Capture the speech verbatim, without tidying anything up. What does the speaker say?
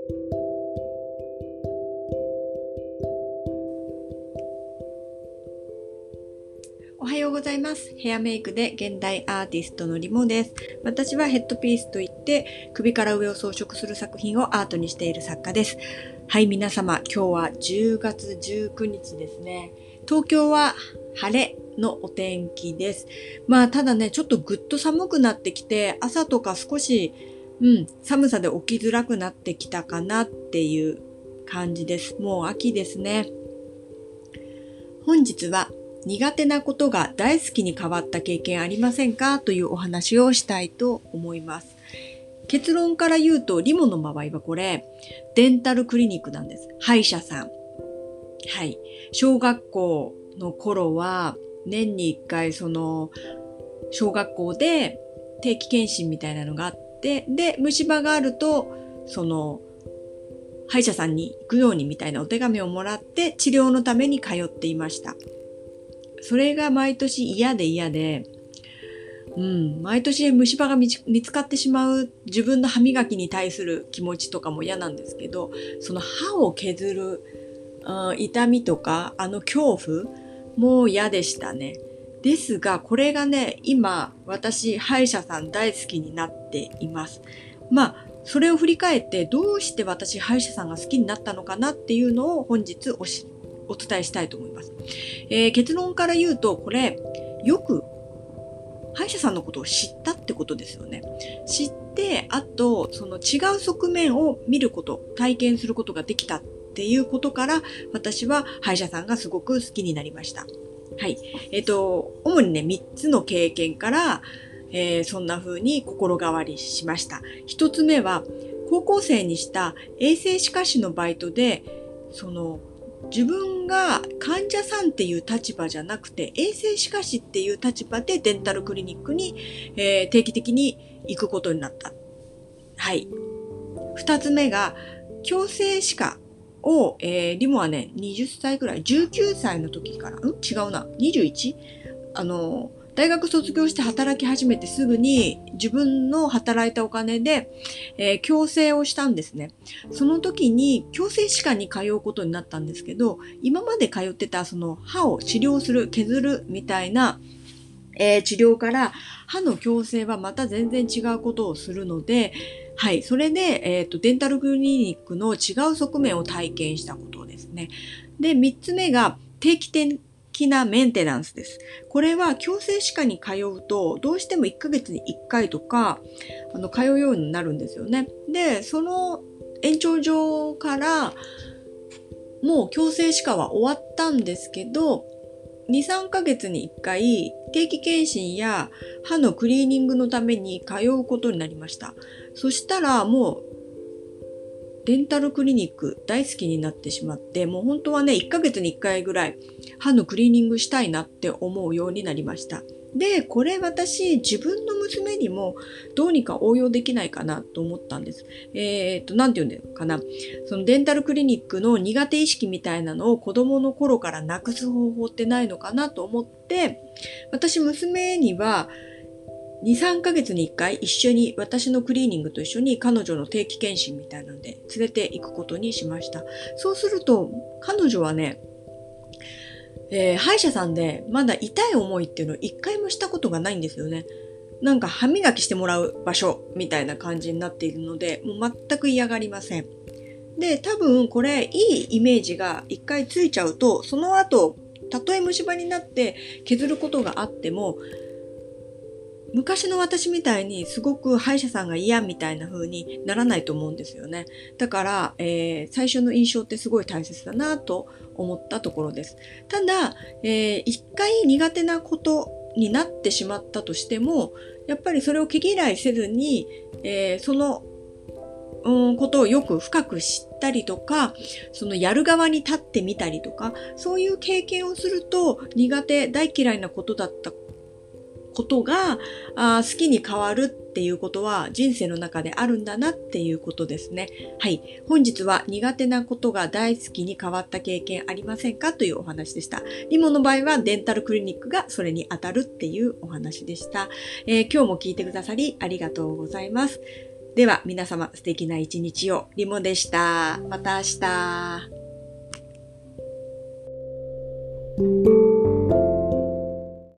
おはようございます。ヘアメイクで現代アーティストのリモです。私はヘッドピースといって首から上を装飾する作品をアートにしている作家です。はい、皆様、今日はじゅうがつじゅうくにちですね。東京は晴れのお天気です。まあただね、ちょっとぐっと寒くなってきて、朝とか少し、うん、寒さで起きづらくなってきたかなっていう感じです。もう秋ですね。本日は苦手なことが大好きに変わった経験ありませんかというお話をしたいと思います。結論から言うと、リモの場合はこれ、デンタルクリニックなんです。歯医者さん。はい。小学校の頃は、年にいっかいその、小学校で定期検診みたいなのがあって、で、虫歯があると、その、歯医者さんに行くようにみたいなお手紙をもらって治療のために通っていました。それが毎年嫌で嫌で、うん、毎年虫歯が見つかってしまう自分の歯磨きに対する気持ちとかも嫌なんですけど、その歯を削る、うん、痛みとかあの恐怖も嫌でしたね。ですがこれがね、今私歯医者さん大好きになっています。まあそれを振り返ってどうして私歯医者さんが好きになったのかなっていうのを本日おしお伝えしたいと思います。えー、結論から言うと、これよく歯医者さんのことを知ったってことですよね。知って、あとその違う側面を見ること、体験することができたっていうことから、私は歯医者さんがすごく好きになりました。はい。えっと、主にね、みっつの経験から、えー、そんな風に心変わりしました。ひとつめは、高校生にした衛生歯科士のバイトで、その、自分が患者さんっていう立場じゃなくて衛生歯科士っていう立場でデンタルクリニックに、えー、定期的に行くことになった。はい。二つ目が矯正歯科を、えー、リモはねにじゅっさいぐらいじゅうきゅうさいの時からん違うな にじゅういち? あの大学卒業して働き始めてすぐに自分の働いたお金で、えー、矯正をしたんですね。その時に矯正歯科に通うことになったんですけど、今まで通ってたその歯を治療する、削るみたいな、えー、治療から歯の矯正はまた全然違うことをするので、はい、それで、えーと、デンタルクリニックの違う側面を体験したことですね。で、三つ目が定期的なメンテナンスです。これは矯正歯科に通うとどうしてもいっかげつにいっかいとかあの通うようになるんですよね。で、その延長上からもう矯正歯科は終わったんですけど、に、さんかげつにいっかい定期検診や歯のクリーニングのために通うことになりました。そしたらもうデンタルクリニック大好きになってしまって、もう本当はね、いっかげつにいっかいぐらい歯のクリーニングしたいなって思うようになりました。で、これ私自分の娘にもどうにか応用できないかなと思ったんです。えっと、なんて言うんだろうかな。そのデンタルクリニックの苦手意識みたいなのを子供の頃からなくす方法ってないのかなと思って、私娘にはに、さんかげつにいっかい一緒に私のクリーニングと一緒に彼女の定期検診みたいなので連れて行くことにしました。そうすると彼女はね、えー、歯医者さんでまだ痛い思いっていうのを一回もしたことがないんですよね。なんか歯磨きしてもらう場所みたいな感じになっているので、もう全く嫌がりません。で、多分これいいイメージが一回ついちゃうと、その後たとえ虫歯になって削ることがあっても、昔の私みたいにすごく歯医者さんが嫌みたいな風にならないと思うんですよね。だから、えー、最初の印象ってすごい大切だなと思ったところです。ただ、えー、一回苦手なことになってしまったとしても、やっぱりそれを毛嫌いせずに、えー、そのうん、ことをよく深く知ったりとか、そのやる側に立ってみたりとか、そういう経験をすると苦手、大嫌いなことだったことがあ好きに変わるっていうことは人生の中であるんだなっていうことですね。はい。本日は苦手なことが大好きに変わった経験ありませんかというお話でした。リモの場合はデンタルクリニックがそれに当たるっていうお話でした。えー、今日も聞いてくださりありがとうございます。 では皆様素敵な一日を。リモでした。また明日。